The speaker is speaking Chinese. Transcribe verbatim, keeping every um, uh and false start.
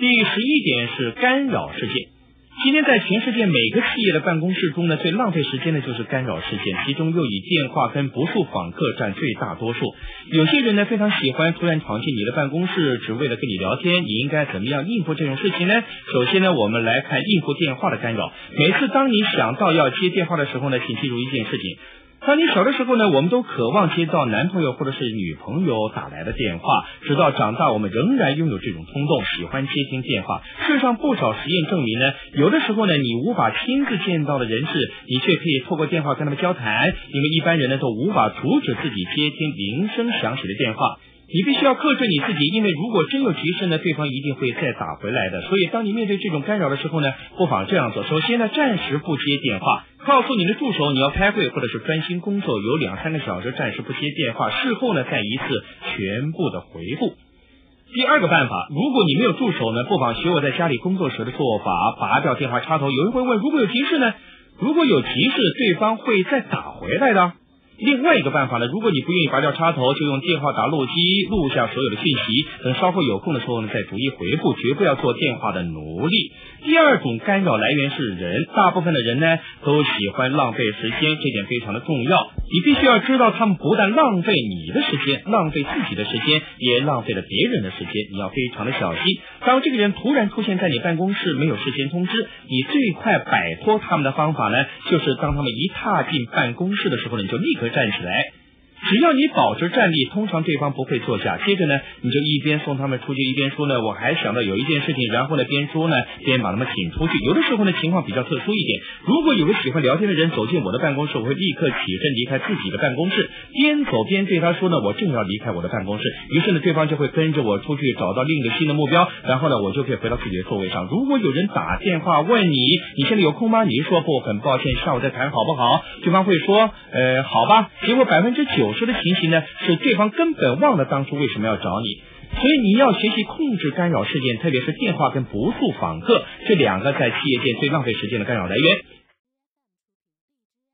第十一点是干扰事件。今天在全世界每个企业的办公室中呢，最浪费时间的就是干扰事件，其中又以电话跟不速访客占最大多数。有些人呢非常喜欢突然闯进你的办公室，只为了跟你聊天，你应该怎么样应付这种事情呢？首先呢，我们来看应付电话的干扰。每次当你想到要接电话的时候呢，请记住一件事情。当你小的时候呢，我们都渴望接到男朋友或者是女朋友打来的电话，直到长大我们仍然拥有这种冲动，喜欢接听电话。事实上不少实验证明呢，有的时候呢你无法亲自见到的人士，你却可以透过电话跟他们交谈，因为一般人呢都无法阻止自己接听铃声响起的电话。你必须要克制你自己，因为如果真有急事呢，对方一定会再打回来的。所以当你面对这种干扰的时候呢，不妨这样做。首先呢，暂时不接电话，告诉你的助手你要开会或者是专心工作，有两三个小时暂时不接电话，事后呢再一次全部的回复。第二个办法，如果你没有助手呢，不妨学我在家里工作时的做法，拔掉电话插头。有人会问，如果有急事呢？如果有急事，对方会再打回来的。另外一个办法呢，如果你不愿意拔掉插头，就用电话打录机录下所有的讯息，等稍后有空的时候呢再逐一回复，绝不要做电话的奴隶。第二种干扰来源是人，大部分的人呢都喜欢浪费时间，这点非常的重要。你必须要知道，他们不但浪费你的时间，浪费自己的时间，也浪费了别人的时间，你要非常的小心。当这个人突然出现在你办公室，没有事先通知，你最快摆脱他们的方法呢，就是当他们一踏进办公室的时候呢，你就立刻站起来。只要你保持站立，通常对方不会坐下。接着呢，你就一边送他们出去，一边说呢，我还想到有一件事情，然后呢，边说呢，边把他们请出去。有的时候呢，情况比较特殊一点，如果有个喜欢聊天的人走进我的办公室，我会立刻起身离开自己的办公室，边走边对他说呢，我正要离开我的办公室。于是呢，对方就会跟着我出去找到另一个新的目标，然后呢，我就可以回到自己的座位上。如果有人打电话问你，你现在有空吗？你一说不，很抱歉，下午再谈好不好？对方会说，呃，好吧。结果百分之九十的情形呢，是对方根本忘了当初为什么要找你。所以你要学习控制干扰事件，特别是电话跟不速访客这两个在企业界最浪费时间的干扰来源。